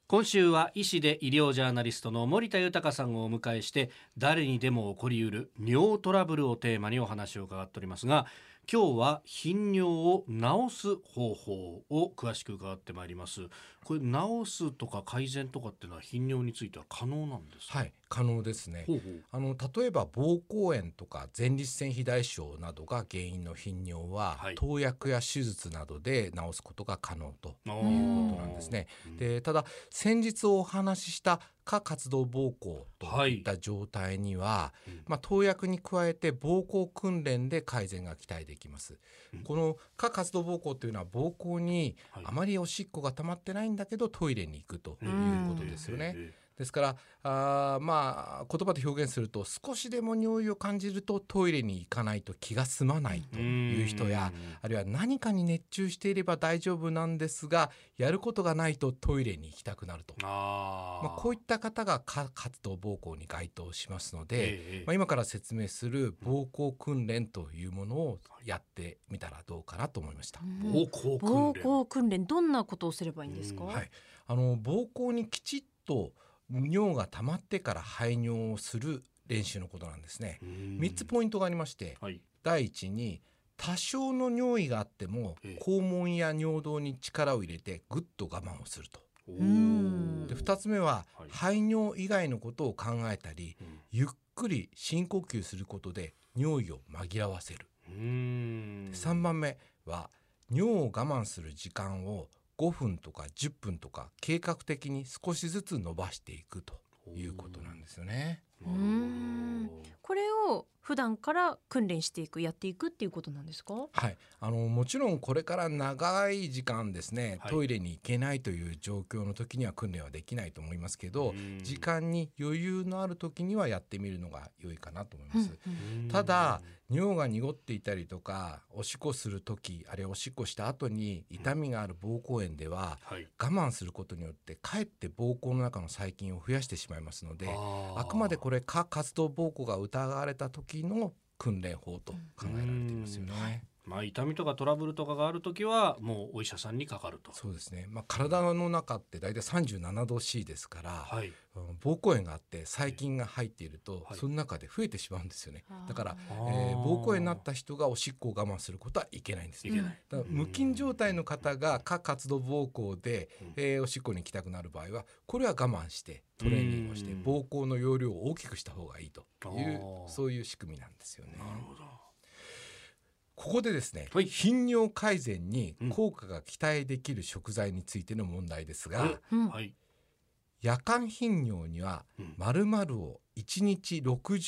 今週は医師で医療ジャーナリストの森田豊さんをお迎えして、誰にでも起こりうる尿トラブルをテーマにお話を伺っておりますが、今日は頻尿を治す方法を詳しく伺ってまいります。これ治すとか改善とかっていうのは頻尿については可能なんですか？ はい、可能ですね。 ほうほう。 例えば膀胱炎とか前立腺肥大症などが原因の頻尿は、 はい、 投薬や手術などで治すことが可能ということなんですね。で、ただ先日お話しした過活動膀胱といった状態には、投薬に加えて膀胱訓練で改善が期待できます。この過活動膀胱というのは膀胱にあまりおしっこが溜まってないんだけどトイレに行くということですよね。ですから言葉で表現すると、少しでも尿意を感じるとトイレに行かないと気が済まないという人や、あるいは何かに熱中していれば大丈夫なんですがやることがないとトイレに行きたくなると、こういった方が過活動膀胱に該当しますので、今から説明する膀胱訓練というものをやってみたらどうかなと思いました。 膀胱訓練、どんなことをすればいいんですか？ 膀胱にきちっと尿が溜まってから排尿をする練習のことなんですね。3つポイントがありまして、第一に多少の尿意があっても肛門や尿道に力を入れてぐっと我慢をすると。で、2つ目は排尿以外のことを考えたり、ゆっくり深呼吸することで尿意を紛らわせる。で、3番目は尿を我慢する時間を5分とか10分とか計画的に少しずつ伸ばしていくということなんですよね。 これを普段から訓練していく、やっていくっていうことなんですか？ はい、もちろんこれから長い時間ですね、トイレに行けないという状況の時には訓練はできないと思いますけど、時間に余裕のある時にはやってみるのが良いかなと思います。ただ尿が濁っていたりとかおしっこする時、あるいはおしっこした後に痛みがある膀胱炎では、我慢することによってかえって膀胱の中の細菌を増やしてしまいますので、あくまでこれ過活動膀胱が疑われた時の訓練法と考えられていますよね。 痛みとかトラブルとかがあるときはもうお医者さんにかかると。 そうですね。体の中って大体37度 C ですから、膀胱炎があって細菌が入っていると、その中で増えてしまうんですよね。だから、膀胱炎になった人がおしっこを我慢することはいけないんです。だから無菌状態の方が過活動膀胱で、おしっこに行きたくなる場合は、これは我慢してトレーニングをして膀胱の容量を大きくした方がいいという、そういう仕組みなんですよね。 なるほど。 ここでですね、頻尿改善に効果が期待できる食材についての問題ですが、夜間頻尿には〇〇を1日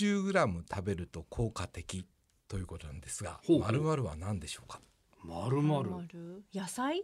60g 食べると効果的ということなんですが、〇〇は何でしょうか？ 〇〇、 野菜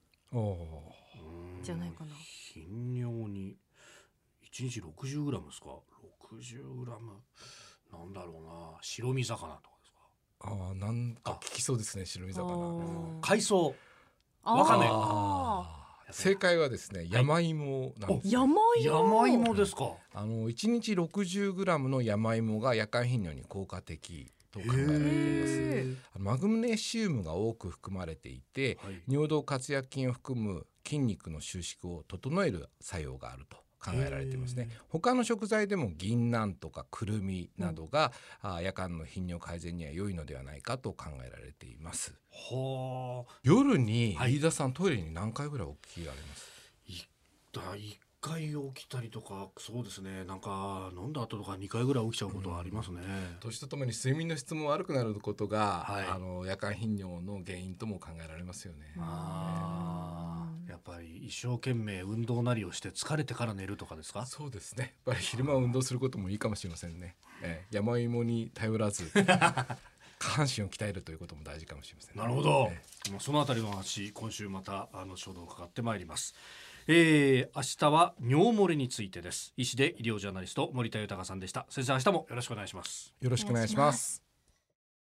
じゃないかな。 頻尿に1日 60g ですか？ 60g なんだろうな、白身魚とかですか？ なんか聞きそうですね、白身魚。 海藻、わかんない。 正解はですね、山芋なんです。 山芋ですか？ 1日 60g の山芋が夜間頻尿に効果的と考えられています。マグネシウムが多く含まれていて、尿道括約筋を含む筋肉の収縮を整える作用があると考えられていますね。他の食材でも銀杏とかくるみなどが、夜間の頻尿改善には良いのではないかと考えられています。夜に飯田さん、トイレに何回ぐらい起きられます？ 1回起きたりとか、そうですね、なんか飲んだ後とか2回ぐらい起きちゃうことはありますね。 年とともに睡眠の質も悪くなることが、夜間頻尿の原因とも考えられますよね。 やっぱり一生懸命運動なりをして疲れてから寝るとかですか？ そうですね。やっぱり昼間運動することもいいかもしれませんね。山芋に頼らず下半身を鍛えるということも大事かもしれませんね。 なるほど。そのあたりの話、今週また衝動をかかってまいります。明日は尿漏れについてです。医師で医療ジャーナリスト森田豊さんでした。先生、明日もよろしくお願いします。 よろしくお願いします。